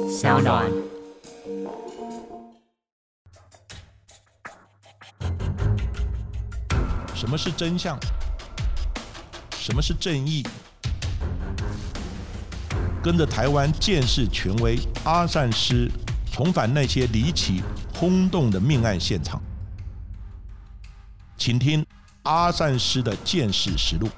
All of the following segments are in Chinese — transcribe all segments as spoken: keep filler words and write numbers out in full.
小暖。 什么是真相？什么是正义？跟着台湾鉴识权威阿善师重返那些离奇轰动的命案现场，请听阿善师的鉴识实录。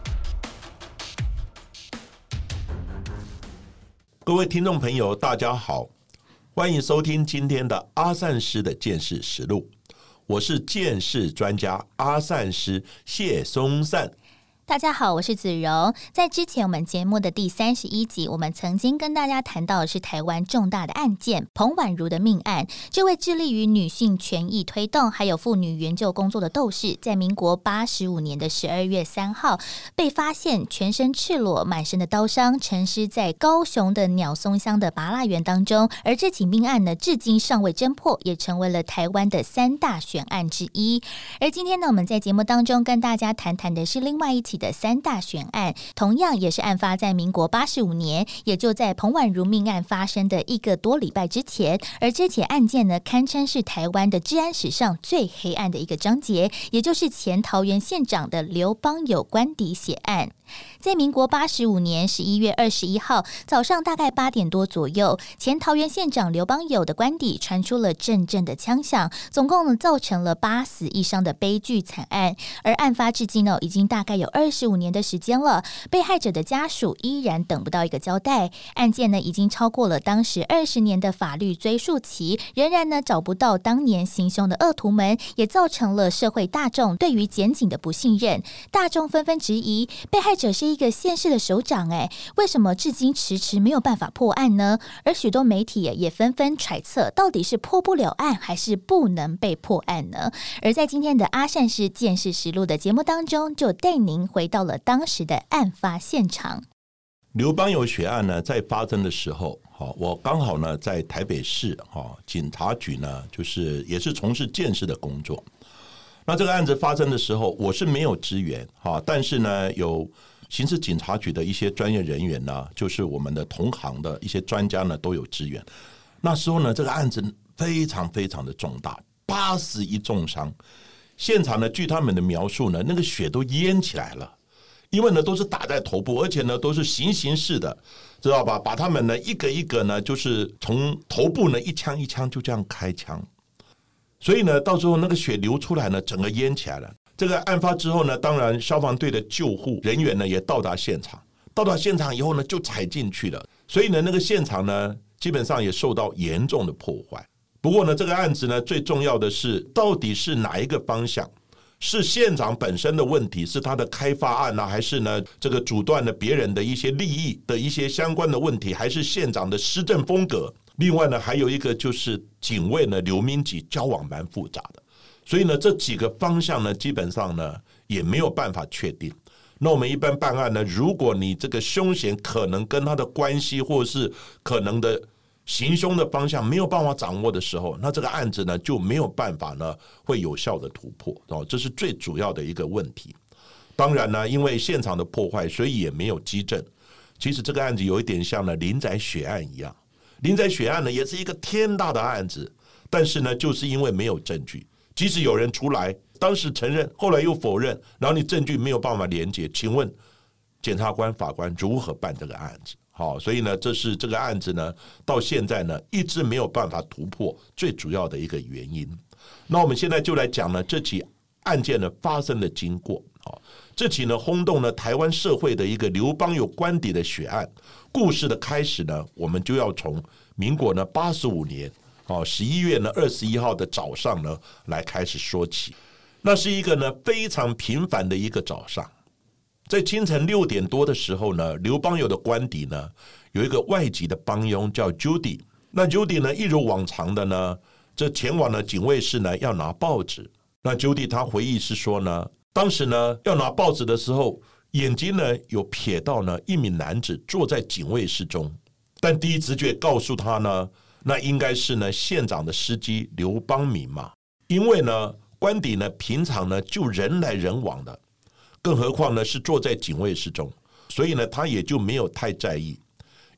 各位听众朋友大家好，欢迎收听今天的阿善师的鉴识实录，我是鉴识专家阿善师谢松善。 大家好，我是子柔。在之前我们节目的第三十一集，我们曾经跟大家谈到的是台湾重大的案件彭婉如的命案。这位致力于女性权益推动还有妇女援救工作的斗士，在民国八十五年的十二月三号被发现全身赤裸、满身的刀伤，沉尸在高雄的鸟松乡的芭乐园当中。而这起命案呢，至今尚未侦破，也成为了台湾的三大悬案之一。而今天呢，我们在节目当中跟大家谈谈的是另外一起的三大悬案，同样也是案发在民国八十五年，也就在彭婉如命案发生的一个多礼拜之前。而这起案件呢，堪称是台湾的治安史上最黑暗的一个章节，也就是前桃园县长的刘邦友官邸血案。在民国八十五年十一月二十一号早上大概八点多左右，前桃园县长刘邦友的官邸传出了阵阵的枪响，总共造成了八死一伤的悲剧惨案。而案发至今呢，已经大概有二十五年的时间了，被害者的家属依然等不到一个交代。案件呢，已经超过了当时二十年的法律追诉期，仍然呢找不到当年行凶的恶徒们，也造成了社会大众对于检警的不信任。大众纷纷质疑，被害者是一个县市的首长，哎，为什么至今迟迟没有办法破案呢？而许多媒体也纷纷揣测，到底是破不了案，还是不能被破案呢？而在今天的阿善师鉴识实录的节目当中，就带您回到了当时的案发现场。 刘邦友血案呢，在发生的时候，我刚好呢在台北市警察局呢，就是也是从事鉴识的工作。那这个案子发生的时候，我是没有支援，但是呢，有刑事警察局的一些专业人员呢，就是我们的同行的一些专家呢，都有支援。那时候呢，这个案子非常非常的重大，八死一重伤。现场呢，据他们的描述呢，那个血都淹起来了，因为呢都是打在头部，而且呢都是行刑式的，知道吧？把他们呢一个一个呢，就是从头部呢一枪一枪就这样开枪。所以呢，到时候那个血流出来呢，整个淹起来了。这个案发之后呢，当然消防队的救护人员呢也到达现场，到达现场以后呢，就踩进去了。所以呢，那个现场呢，基本上也受到严重的破坏。不过呢，这个案子呢，最重要的是，到底是哪一个方向？是现场本身的问题，是他的开发案呢、啊，还是呢这个阻断了别人的一些利益的一些相关的问题，还是县长的施政风格？另外呢，还有一个就是警卫呢刘明吉交往蛮复杂的，所以呢这几个方向呢，基本上呢也没有办法确定。那我们一般办案呢，如果你这个凶嫌可能跟他的关系，或是可能的行凶的方向没有办法掌握的时候，那这个案子呢就没有办法呢会有效的突破，这是最主要的一个问题。当然呢，因为现场的破坏，所以也没有基证。其实这个案子有一点像呢林宅血案一样，林宅血案呢也是一个天大的案子，但是呢就是因为没有证据，即使有人出来当时承认，后来又否认，然后你证据没有办法连结，请问检察官法官如何办这个案子？好，所以呢，这是这个案子呢，到现在呢，一直没有办法突破最主要的一个原因。那我们现在就来讲呢，这起案件呢发生的经过。好，这起呢轰动了台湾社会的一个刘邦友官邸的血案，故事的开始呢，我们就要从民国呢八十五年哦十一月呢二十一号的早上呢来开始说起。那是一个呢非常平凡的一个早上。在清晨六点多的时候呢，刘邦友的官邸呢有一个外籍的帮佣叫 Judy。那 Judy 呢一如往常的呢，这前往了警卫室呢要拿报纸。那 Judy 他回忆是说呢，当时呢要拿报纸的时候，眼睛呢有瞥到呢一名男子坐在警卫室中，但第一直觉告诉他呢，那应该是呢县长的司机刘邦明嘛，因为呢官邸呢平常呢就人来人往的。更何况呢是坐在警卫室中，所以呢他也就没有太在意。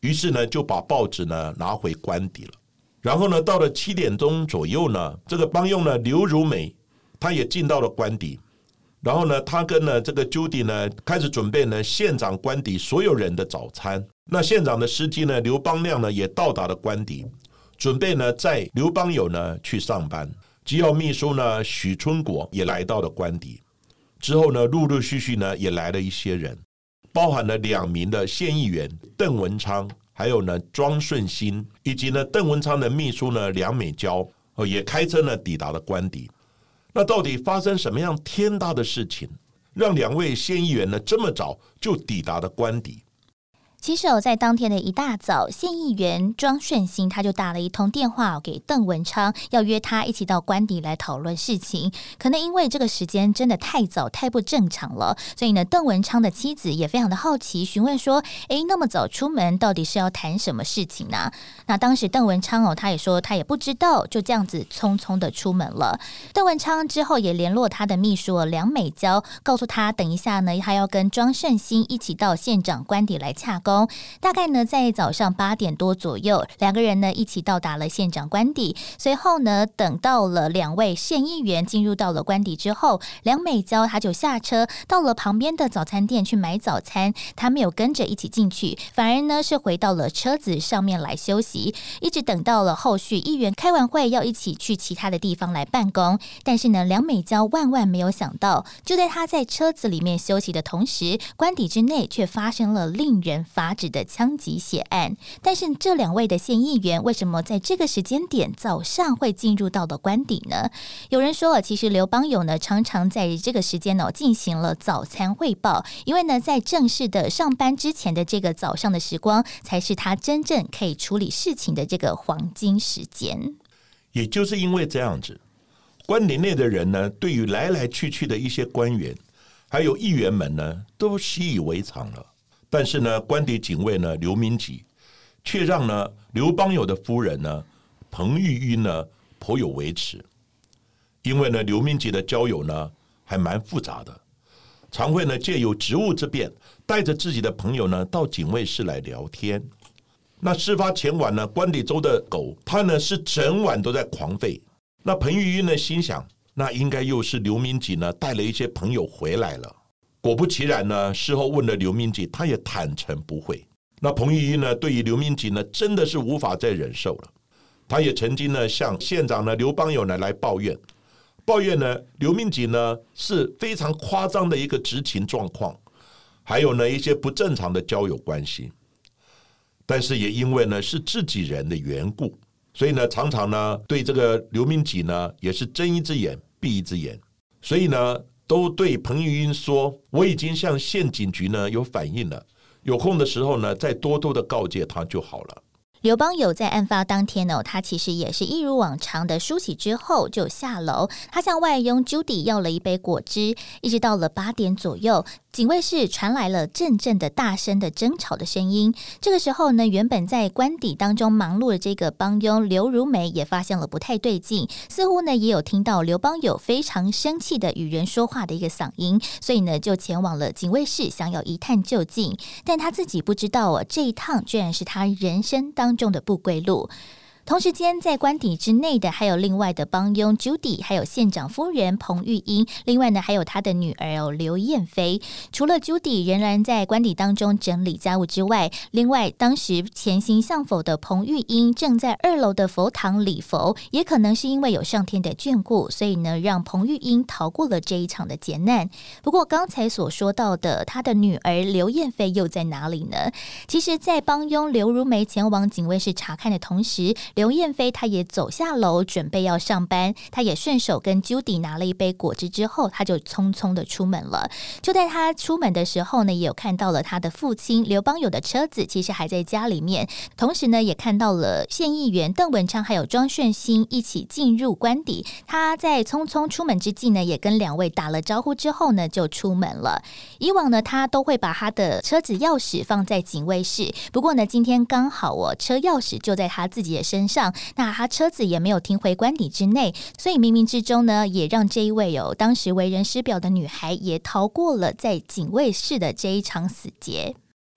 于是呢就把报纸呢拿回官邸了。然后呢到了七点钟左右呢，这个帮佣呢刘如美她也进到了官邸，然后呢她跟呢这个 Judy 呢开始准备呢县长官邸所有人的早餐。那县长的司机呢刘邦亮呢也到达了官邸，准备呢载刘邦友呢去上班。机要秘书呢许春国也来到了官邸，之后呢陆陆续续呢也来了一些人，包含了两名的县议员邓文昌，还有呢庄顺兴，以及呢邓文昌的秘书呢梁美娇，也开车呢抵达了官邸。那到底发生什么样天大的事情，让两位县议员呢这么早就抵达了官邸？ 其实在当天的一大早，县议员庄顺兴他就打了一通电话给邓文昌，要约他一起到官邸来讨论事情。可能因为这个时间真的太早太不正常了，所以呢邓文昌的妻子也非常的好奇，询问说诶那么早出门到底是要谈什么事情呢？那当时邓文昌哦他也说他也不知道，就这样子匆匆的出门了。邓文昌之后也联络他的秘书梁美娇，告诉他等一下呢他要跟庄顺兴一起到县长官邸来洽公。大概呢在早上八点多左右，两个人呢一起到达了县长官邸。随后呢等到了两位县议员进入到了官邸之后，梁美娇他就下车到了旁边的早餐店去买早餐，他没有跟着一起进去，反而呢是回到了车子上面来休息，一直等到了后续议员开完会要一起去其他的地方来办公。但是呢梁美娇万万没有想到，就在他在车子里面休息的同时，官邸之内却发生了令人发指的枪击血案。但是这两位的县议员为什么在这个时间点早上会进入到了官邸呢？有人说其实刘邦友呢常常在这个时间呢进行了早餐汇报，因为呢在正式的上班之前的这个早上的时光才是他真正可以处理事情的这个黄金时间。 也就是因为这样子，官邸内的人呢对于来来去去的一些官员还有议员们呢都习以为常了。但是呢官邸警卫呢刘明吉却让呢刘邦友的夫人呢彭玉英呢颇有微词。因为呢刘明吉的交友呢还蛮复杂的，常会呢借由职务之便带着自己的朋友呢到警卫室来聊天。那事发前晚呢官邸周的狗它呢是整晚都在狂吠。那彭玉英呢心想，那应该又是刘明吉呢带了一些朋友回来了。果不其然呢，事后问了刘明吉，他也坦诚不讳。那彭玉英呢，对于刘明吉呢，真的是无法再忍受了。他也曾经呢，向县长呢刘邦友呢来抱怨，抱怨呢刘明吉呢是非常夸张的一个执勤状况，还有呢一些不正常的交友关系。但是也因为呢是自己人的缘故，所以呢常常呢对这个刘明吉呢也是睁一只眼闭一只眼，所以呢。都对彭玉英说，我已经向县警局呢有反映了，有空的时候呢再多多的告诫他就好了。 刘邦友在案发当天呢，他其实也是一如往常的梳洗之后就下楼，他向外佣 Judy 要了一杯果汁，一直到了八点左右，警卫室传来了阵阵的大声的争吵的声音。这个时候呢，原本在官邸当中忙碌的这个帮佣刘如梅也发现了不太对劲，似乎呢也有听到刘邦友非常生气的与人说话的一个嗓音，所以呢就前往了警卫室想要一探究竟。但他自己不知道哦，这一趟居然是他人生当中的不归路。同时间，在官邸之内的还有另外的帮佣 Judy， 还有县长夫人彭玉英，另外呢还有他的女儿哦刘燕飞。除了 Judy 仍然在官邸当中整理家务之外，另外当时前行向佛的彭玉英正在二楼的佛堂礼佛，也可能是因为有上天的眷顾，所以呢让彭玉英逃过了这一场的劫难。不过刚才所说到的他的女儿刘燕飞又在哪里呢？其实在帮佣刘如梅前往警卫室查看的同时，刘燕飞他也走下楼准备要上班，他也顺手跟 Judy 拿了一杯果汁之后，他就匆匆的出门了。就在他出门的时候呢，也有看到了他的父亲刘邦友的车子其实还在家里面，同时呢也看到了县议员邓文昌还有庄顺兴一起进入官邸。他在匆匆出门之际呢，也跟两位打了招呼之后呢就出门了。以往呢他都会把他的车子钥匙放在警卫室，不过呢今天刚好哦车钥匙就在他自己的身上，那他车子也没有停回官邸之内，所以冥冥之中呢也让这一位有当时为人师表的女孩也逃过了在警卫室的这一场死劫。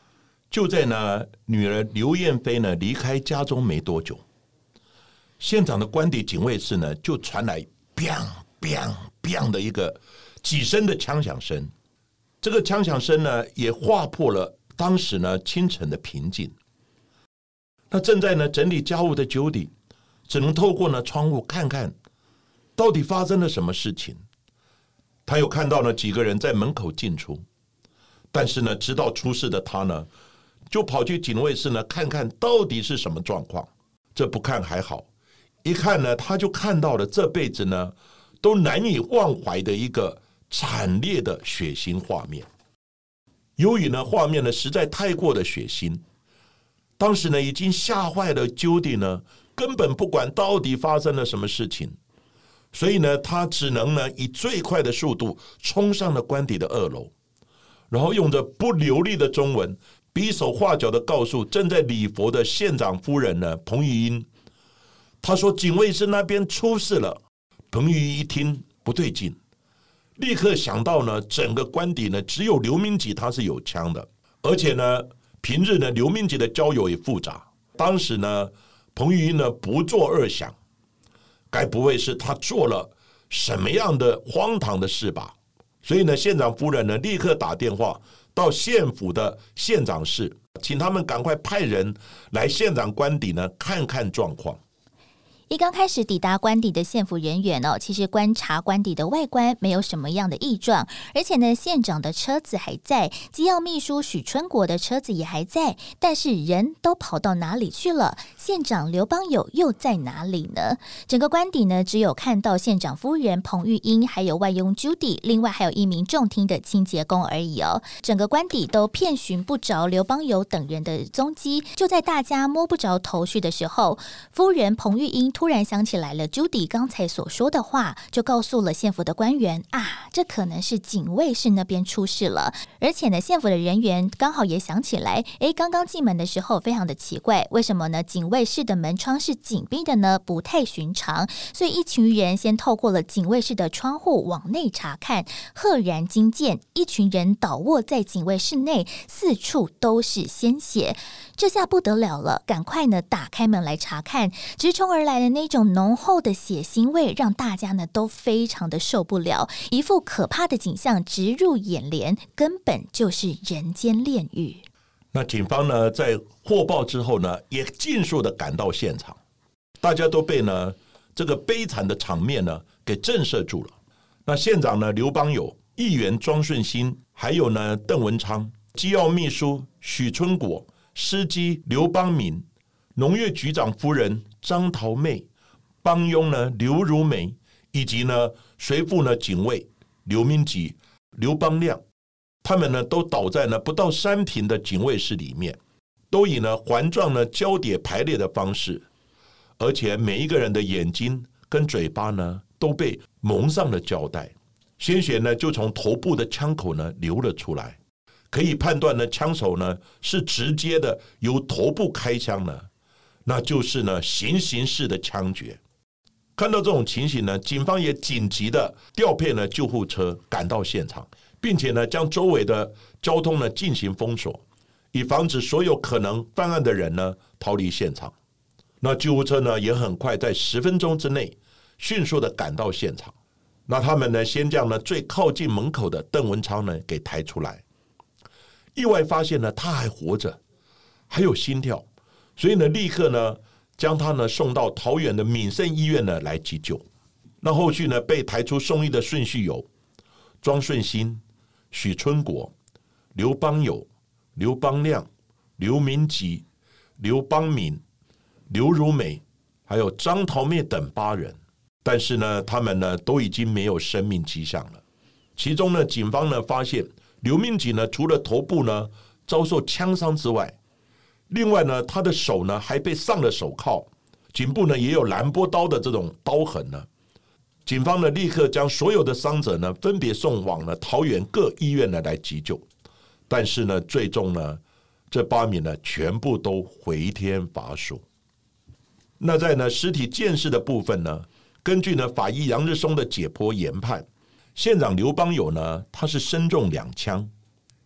就在呢女儿刘燕飞呢离开家中没多久，现场的官邸警卫室呢就传来 biang biang biang 的一个几声的枪响声。这个枪响声呢也划破了当时呢清晨的平静。那正在呢整理家务的 Judy 只能透过呢窗户看看到底发生了什么事情。他又看到了几个人在门口进出，但是呢知道出事的他呢就跑去警卫室呢看看到底是什么状况。这不看还好，一看呢他就看到了这辈子呢都难以忘怀的一个惨烈的血腥画面。由于呢画面呢实在太过的血腥，当时呢已经吓坏了 Judy 呢根本不管到底发生了什么事情，所以呢他只能呢以最快的速度冲上了官邸的二楼，然后用着不流利的中文比手画脚的告诉正在礼佛的县长夫人呢彭玉英，他说警卫室那边出事了。彭玉英一听不对劲，立刻想到呢整个官邸呢只有刘明吉他是有枪的，而且呢平日呢刘明吉的交友也复杂，当时呢彭玉英呢不做二想，该不会是他做了什么样的荒唐的事吧？所以呢县长夫人呢立刻打电话到县府的县长室，请他们赶快派人来县长官邸呢看看状况。 一刚开始抵达官邸的县府人员哦，其实观察官邸的外观没有什么样的异状，而且呢，县长的车子还在，机要秘书许春国的车子也还在，但是人都跑到哪里去了？县长刘邦友又在哪里呢？整个官邸呢，只有看到县长夫人彭玉英，还有外佣 Judy， 另外还有一名重听的清洁工而已哦。整个官邸都遍寻不着刘邦友等人的踪迹。就在大家摸不着头绪的时候，夫人彭玉英突然想起来了 Judy 刚才所说的话，就告诉了县府的官员啊，这可能是警卫室那边出事了。而且呢，县府的人员刚好也想起来，诶，刚刚进门的时候非常的奇怪，为什么呢？警卫室的门窗是紧闭的呢？不太寻常。所以一群人先透过了警卫室的窗户往内查看，赫然惊见一群人倒卧在警卫室内，四处都是鲜血。这下不得了了，赶快呢打开门来查看，直冲而来的那种浓厚的血腥味让大家呢都非常的受不了，一副可怕的景象直入眼帘，根本就是人间炼狱。 那警方呢在获报之后呢也尽速的赶到现场，大家都被呢这个悲惨的场面呢给震慑住了。那县长呢刘邦友、议员庄顺兴，还有呢邓文昌、机要秘书许春国、司机刘邦敏、农业局长夫人张桃妹、帮佣呢刘如梅，以及呢随附呢警卫刘明吉、刘邦亮，他们呢都倒在呢不到三坪的警卫室里面，都以呢环状呢交叠排列的方式，而且每一个人的眼睛跟嘴巴呢都被蒙上了胶带，鲜血呢就从头部的枪口呢流了出来。可以判断呢，枪手呢是直接的由头部开枪呢，那就是呢行刑式的枪决。看到这种情形呢，警方也紧急的调配呢救护车赶到现场，并且呢将周围的交通呢进行封锁，以防止所有可能犯案的人呢逃离现场。那救护车呢也很快在十分钟之内迅速的赶到现场。那他们呢先将呢最靠近门口的邓文昌呢给抬出来。意外发现呢他还活着，还有心跳，所以呢立刻呢将他呢送到桃园的闽盛医院呢来急救。那后续呢被抬出送医的顺序有庄顺兴、许春国、刘邦友、刘邦亮、刘明吉、刘邦敏、刘如美，还有张桃妹等八人。但是呢他们呢都已经没有生命迹象了。其中呢警方呢发现刘明吉呢除了头部呢遭受枪伤之外，另外呢他的手呢还被上了手铐，颈部呢也有兰波刀的这种刀痕呢。警方呢立刻将所有的伤者呢分别送往了桃园各医院呢来急救，但是呢最终呢这八名呢全部都回天乏术。那在呢尸体鉴识的部分呢，根据呢法医杨日松的解剖研判，县长刘邦友呢他是身中两枪，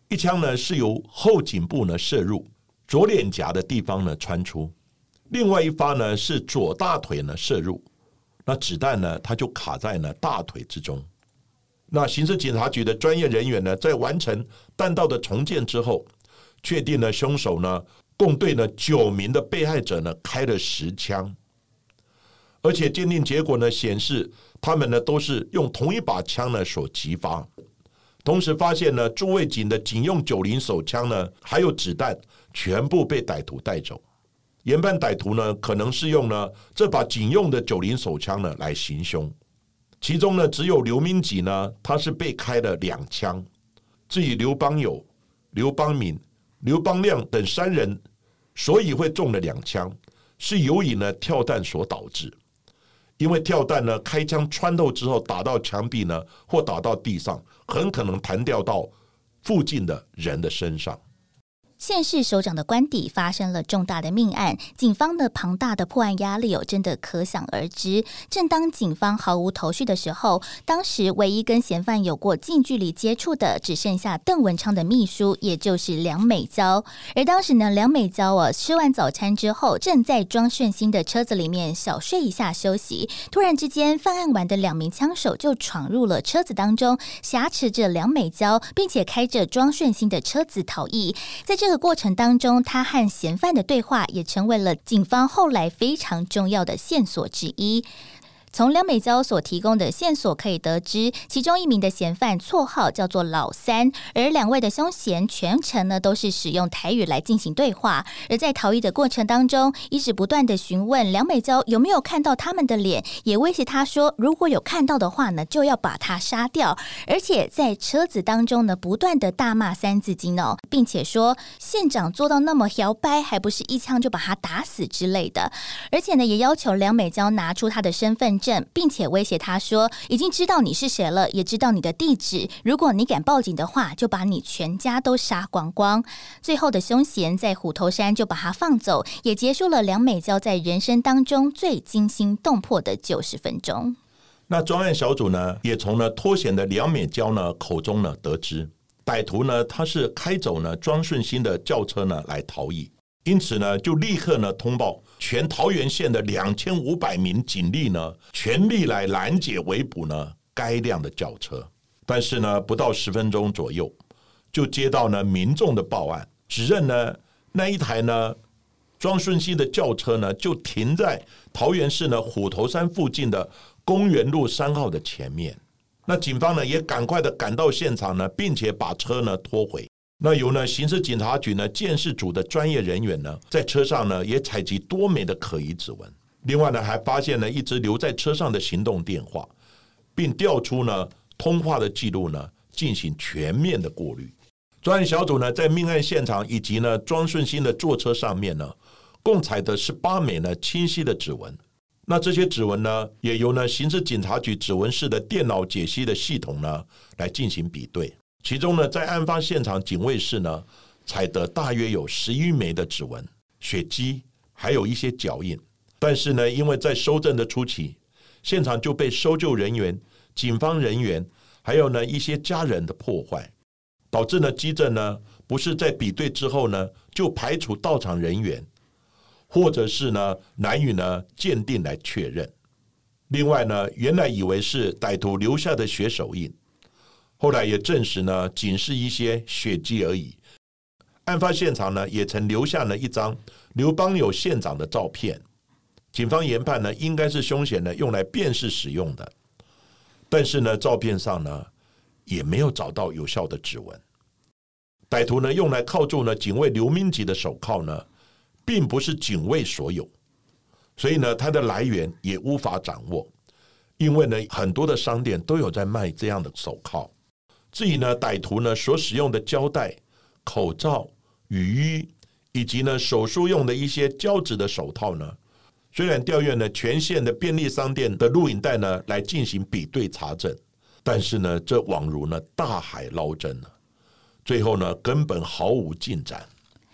一枪呢是由后颈部呢射入，左脸颊的地方呢穿出，另外一发呢是左大腿呢射入，那子弹呢它就卡在呢大腿之中。那刑事警察局的专业人员呢，在完成弹道的重建之后，确定了凶手呢共对呢九名的被害者呢开了十枪，而且鉴定结果呢显示，他们呢都是用同一把枪呢所击发。同时发现呢，诸位警的警用九零手枪呢，还有子弹全部被歹徒带走。研判歹徒呢，可能是用呢这把警用的九零手枪呢来行凶。其中呢，只有刘明吉呢，他是被开了两枪。至于刘邦友、刘邦敏、刘邦亮等三人，所以会中了两枪，是由于呢跳弹所导致。因为跳弹呢，开枪穿透之后打到墙壁呢，或打到地上，很可能弹掉到附近的人的身上。 县市首长的官邸发生了重大的命案，警方的庞大的破案压力哦，真的可想而知。正当警方毫无头绪的时候，当时唯一跟嫌犯有过近距离接触的，只剩下邓文昌的秘书，也就是梁美娇。而当时呢，梁美娇哦，吃完早餐之后，正在庄顺兴的车子里面小睡一下休息。突然之间，犯案完的两名枪手就闯入了车子当中，挟持着梁美娇，并且开着庄顺兴的车子逃逸。在这这个过程当中，他和嫌犯的对话也成为了警方后来非常重要的线索之一。从梁美娇所提供的线索可以得知，其中一名的嫌犯绰号叫做老三，而两位的凶嫌全程呢都是使用台语来进行对话。而在逃逸的过程当中，一直不断的询问梁美娇有没有看到他们的脸，也威胁他说，如果有看到的话呢，就要把他杀掉。而且在车子当中呢，不断的大骂三字经哦，并且说县长做到那么摇摆，还不是一枪就把他打死之类的。而且呢，也要求梁美娇拿出他的身份证，并且威胁他说，已经知道你是谁了，也知道你的地址，如果你敢报警的话，就把你全家都杀光光。最后的凶嫌在虎头山就把他放走，也结束了梁美娇在人生当中最惊心动魄的九十分钟。 那专案小组呢，也从呢脱险的梁美娇呢口中呢得知，歹徒呢他是开走呢庄顺兴的轿车呢来逃逸，因此呢就立刻呢通报全桃园县的两千五百名警力呢，全力来拦截围捕呢该辆的轿车。但是呢，不到十分钟左右，就接到呢民众的报案，指认呢那一台呢庄顺兴的轿车呢就停在桃园市呢虎头山附近的公园路三号的前面。那警方呢也赶快的赶到现场呢，并且把车呢拖回。那由呢刑事警察局呢鉴识组的专业人员呢，在车上呢也采集多枚的可疑指纹，另外呢还发现了一直留在车上的行动电话，并调出呢通话的记录呢，进行全面的过滤。专案小组呢在命案现场以及呢庄顺兴的坐车上面呢，共采得十八枚呢清晰的指纹。那这些指纹呢，也由呢刑事警察局指纹室的电脑解析的系统呢来进行比对。其中呢，在案发现场警卫室呢，采得大约有十一枚的指纹、血迹，还有一些脚印。但是呢，因为在搜证的初期，现场就被搜救人员、警方人员，还有呢一些家人的破坏，导致呢基证呢不是在比对之后呢就排除到场人员，或者是呢难以呢鉴定来确认。另外呢，原来以为是歹徒留下的血手印。后来也证实呢，仅是一些血迹而已。案发现场呢，也曾留下了一张刘邦友县长的照片。警方研判呢，应该是凶嫌呢用来辨识使用的。但是呢，照片上呢也没有找到有效的指纹。歹徒呢用来铐住呢警卫刘明吉的手铐呢，并不是警卫所有，所以呢，它的来源也无法掌握。因为呢，很多的商店都有在卖这样的手铐。至于呢，歹徒呢所使用的胶带、口罩、雨衣，以及呢手术用的一些胶质的手套呢，虽然调阅呢全县的便利商店的录影带呢来进行比对查证，但是呢，这宛如呢大海捞针了，最后呢根本毫无进展。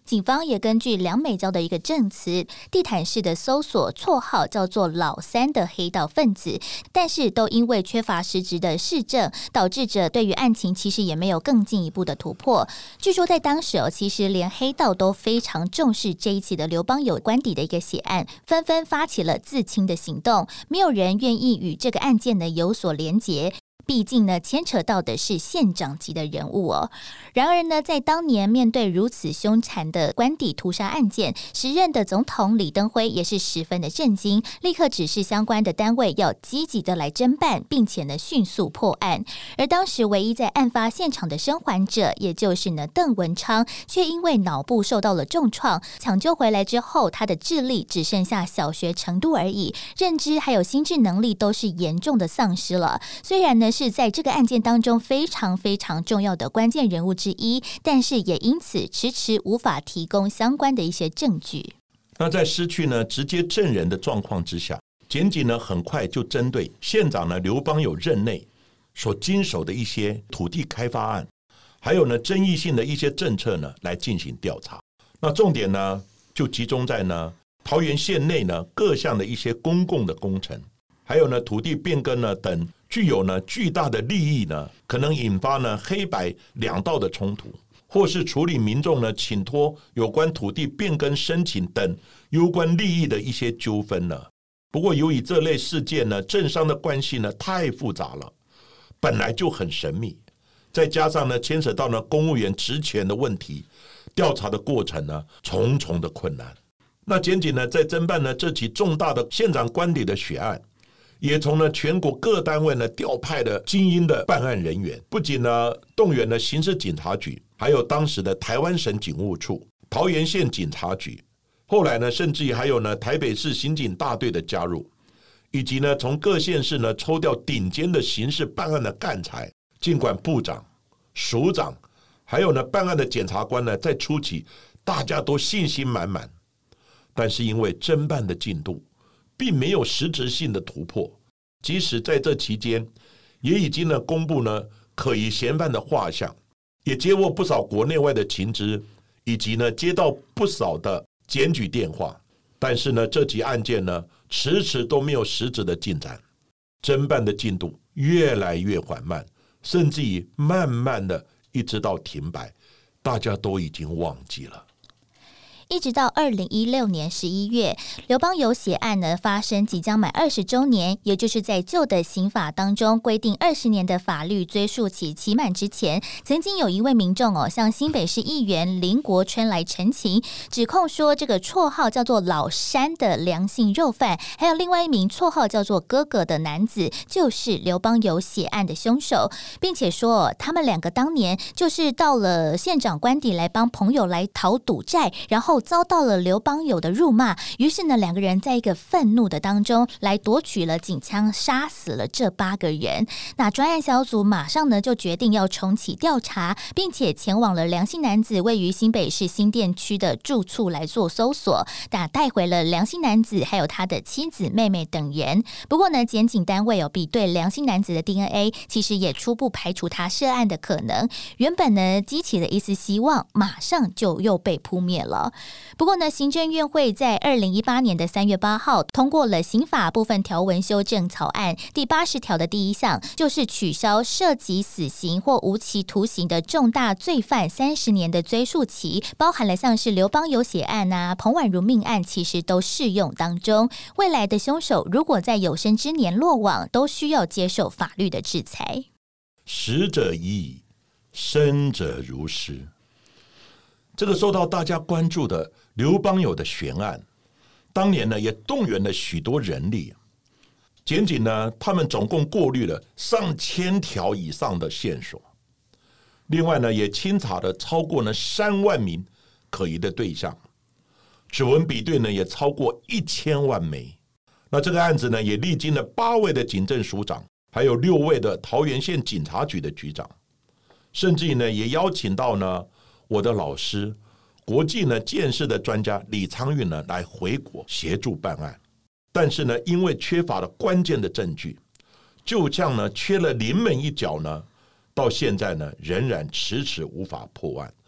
警方也根据梁美娇的一个证词，地毯式的搜索绰号叫做老三的黑道分子，但是都因为缺乏实质的事证，导致着对于案情其实也没有更进一步的突破。据说在当时哦，其实连黑道都非常重视这一起的刘邦友官邸的一个血案，纷纷发起了自清的行动，没有人愿意与这个案件呢有所连结。毕竟呢，牵扯到的是县长级的人物哦。然而呢，在当年面对如此凶残的官邸屠杀案件，时任的总统李登辉也是十分的震惊，立刻指示相关的单位要积极的来侦办，并且呢迅速破案。而当时唯一在案发现场的生还者，也就是呢邓文昌，却因为脑部受到了重创，抢救回来之后，他的智力只剩下小学程度而已，认知还有心智能力都是严重的丧失了。虽然呢是在这个案件当中非常非常重要的关键人物之一，但是也因此迟迟无法提供相关的一些证据。 那在失去呢直接证人的状况之下，检警呢很快就针对县长呢刘邦友任内所经手的一些土地开发案，还有呢争议性的一些政策呢来进行调查。那重点呢就集中在呢桃园县内呢各项的一些公共的工程，还有呢土地变更呢等具有呢巨大的利益呢，可能引发呢黑白两道的冲突，或是处理民众呢请托有关土地变更申请等攸关利益的一些纠纷呢。不过由于这类事件呢政商的关系呢太复杂了，本来就很神秘，再加上呢牵扯到呢公务员职权的问题，调查的过程呢重重的困难。那检警呢在侦办呢这起重大的县长官邸的血案，也从呢全国各单位呢调派的精英的办案人员，不仅呢动员了刑事警察局，还有当时的台湾省警务处、桃园县警察局，后来呢甚至于还有呢台北市刑警大队的加入，以及呢从各县市呢抽调顶尖的刑事办案的干才，尽管部长、署长，还有呢办案的检察官呢在初期大家都信心满满，但是因为侦办的进度并没有实质性的突破，即使在这期间也已经呢公布呢可疑嫌犯的画像，也接获不少国内外的情资，以及呢接到不少的检举电话，但是呢这起案件呢迟迟都没有实质的进展，侦办的进度越来越缓慢，甚至于慢慢的一直到停摆，大家都已经忘记了。 一直到二零一六年十一月，刘邦友血案呢发生即将满二十周年，也就是在旧的刑法当中规定二十年的法律追溯期期满之前，曾经有一位民众哦向新北市议员林国春来陈情，指控说这个绰号叫做老山的良性肉贩，还有另外一名绰号叫做哥哥的男子，就是刘邦友血案的凶手，并且说、哦、他们两个当年就是到了县长官邸来帮朋友来讨赌债，然后遭到了刘邦友的辱骂，于是呢两个人在一个愤怒的当中来夺取了警枪，杀死了这八个人。那专案小组马上呢就决定要重启调查，并且前往了梁姓男子位于新北市新店区的住处来做搜索，那带回了梁姓男子还有他的妻子妹妹等人。不过呢检警单位有比对梁姓男子的 D N A， 其实也初步排除他涉案的可能，原本呢激起的一丝希望马上就又被扑灭了。不过呢，行政院会在二零一八年的三月八号通过了刑法部分条文修正草案，第八十条的第一项就是取消涉及死刑或无期徒刑的重大罪犯三十年的追诉期，包含了像是刘邦友血案啊、彭婉如命案，其实都适用当中。未来的凶手如果在有生之年落网，都需要接受法律的制裁。 死者已矣，生者如斯。这个受到大家关注的刘邦友的悬案，当年呢也动员了许多人力，检警呢他们总共过滤了上千条以上的线索，另外呢也清查了超过呢三万名可疑的对象，指纹比对呢也超过一千万枚。那这个案子呢也历经了八位的警政署长，还有六位的桃园县警察局的局长，甚至于呢也邀请到呢我的老师国际呢鉴识的专家李昌钰呢来回国协助办案，但是呢因为缺乏了关键的证据，就这样呢缺了临门一脚呢，到现在呢仍然迟迟无法破案，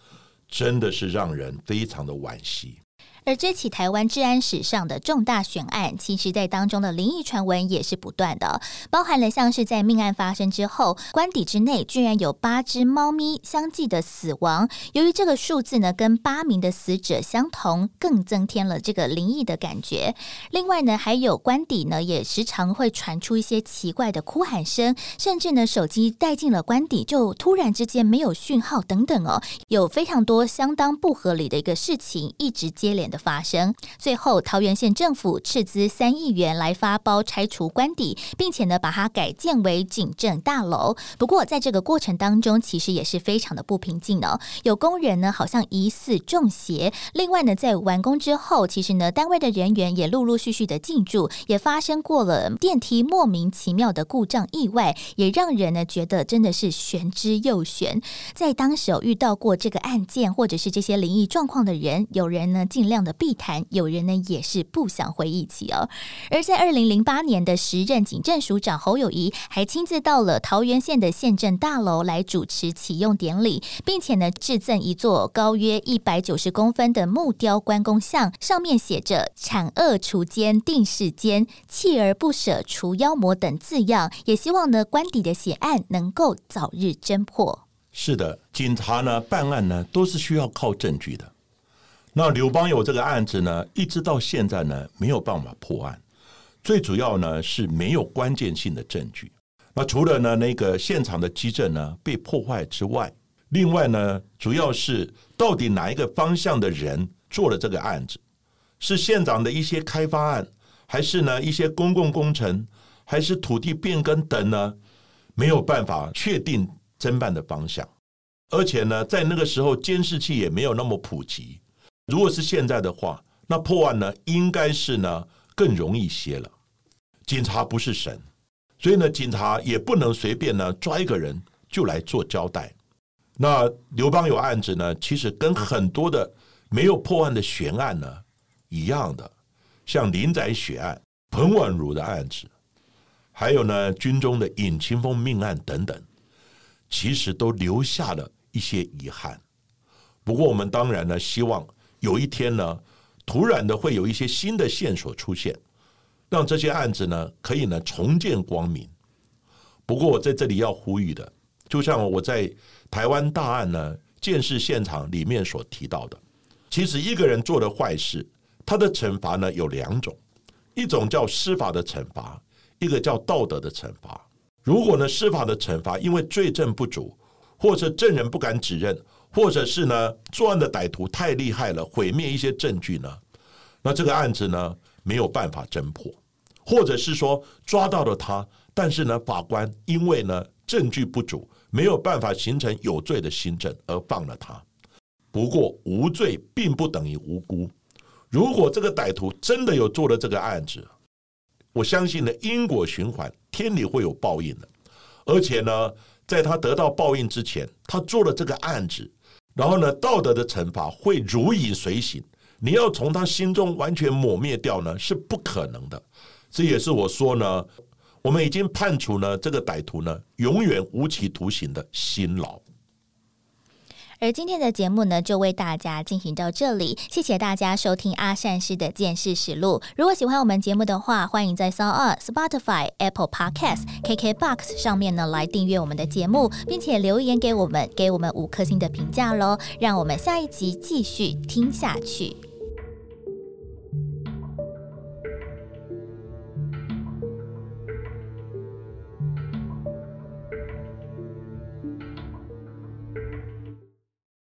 真的是让人非常的惋惜。 而这起台湾治安史上的重大悬案，其实在当中的灵异传闻也是不断的，包含了像是在命案发生之后，官邸之内居然有八只猫咪相继的死亡，由于这个数字呢跟八名的死者相同，更增添了这个灵异的感觉。另外呢，还有官邸呢也时常会传出一些奇怪的哭喊声，甚至呢手机带进了官邸就突然之间没有讯号等等哦，有非常多相当不合理的一个事情一直接连的发生。最后桃园县政府斥资三亿元来发包拆除官邸，并且呢把它改建为警政大楼。不过在这个过程当中其实也是非常的不平静哦，有工人呢好像疑似中邪，另外呢在完工之后，其实呢单位的人员也陆陆续续的进驻，也发生过了电梯莫名其妙的故障意外，也让人呢觉得真的是玄之又玄。在当时有遇到过这个案件或者是这些灵异状况的人，有人呢尽量的避谈，有人呢也是不想回忆起哦。而在二零零八年的时任警政署长侯友宜还亲自到了桃园县的县政大楼来主持启用典礼，并且呢致赠一座高约一百九十公分的木雕关公像，上面写着铲恶除奸定世间，锲而不舍除妖魔等字样，也希望呢官邸的血案能够早日侦破。 是的，警察呢办案呢都是需要靠证据的。那刘邦友这个案子呢，一直到现在呢没有办法破案，最主要呢是没有关键性的证据。那除了呢那个现场的基证呢被破坏之外，另外呢主要是到底哪一个方向的人做了这个案子，是县长的一些开发案，还是呢一些公共工程，还是土地变更等呢，没有办法确定侦办的方向。而且呢在那个时候监视器也没有那么普及，如果是现在的话，那破案呢应该是呢更容易些了。警察不是神，所以呢警察也不能随便呢抓一个人就来做交代。那刘邦友案子呢，其实跟很多的没有破案的悬案呢一样的，像林宅血案、彭婉如的案子，还有呢军中的尹清凤命案等等，其实都留下了一些遗憾。不过我们当然呢希望有一天呢，突然的会有一些新的线索出现，让这些案子呢可以呢重见光明。不过我在这里要呼吁的，就像我在台湾大案呢鉴识现场里面所提到的，其实一个人做的坏事，他的惩罚呢有两种，一种叫司法的惩罚，一个叫道德的惩罚。如果呢司法的惩罚因为罪证不足，或者证人不敢指认，或者是呢作案的歹徒太厉害了，毁灭一些证据呢，那这个案子呢没有办法侦破，或者是说抓到了他，但是呢法官因为呢证据不足，没有办法形成有罪的心证而放了他。不过无罪并不等于无辜，如果这个歹徒真的有做了这个案子，我相信呢因果循环，天理会有报应的。而且呢在他得到报应之前，他做了这个案子，然后呢道德的惩罚会如影随形，你要从他心中完全抹灭掉呢是不可能的。这也是我说呢，我们已经判处呢这个歹徒呢永远无期徒刑的辛劳。 而今天的节目呢，就为大家进行到这里，谢谢大家收听阿善师的见识实录。如果喜欢我们节目的话，欢迎在 SoundOn、Spotify、Apple Podcast、K K Box 上面呢来订阅我们的节目，并且留言给我们，给我们五颗星的评价咯，让我们下一集继续听下去。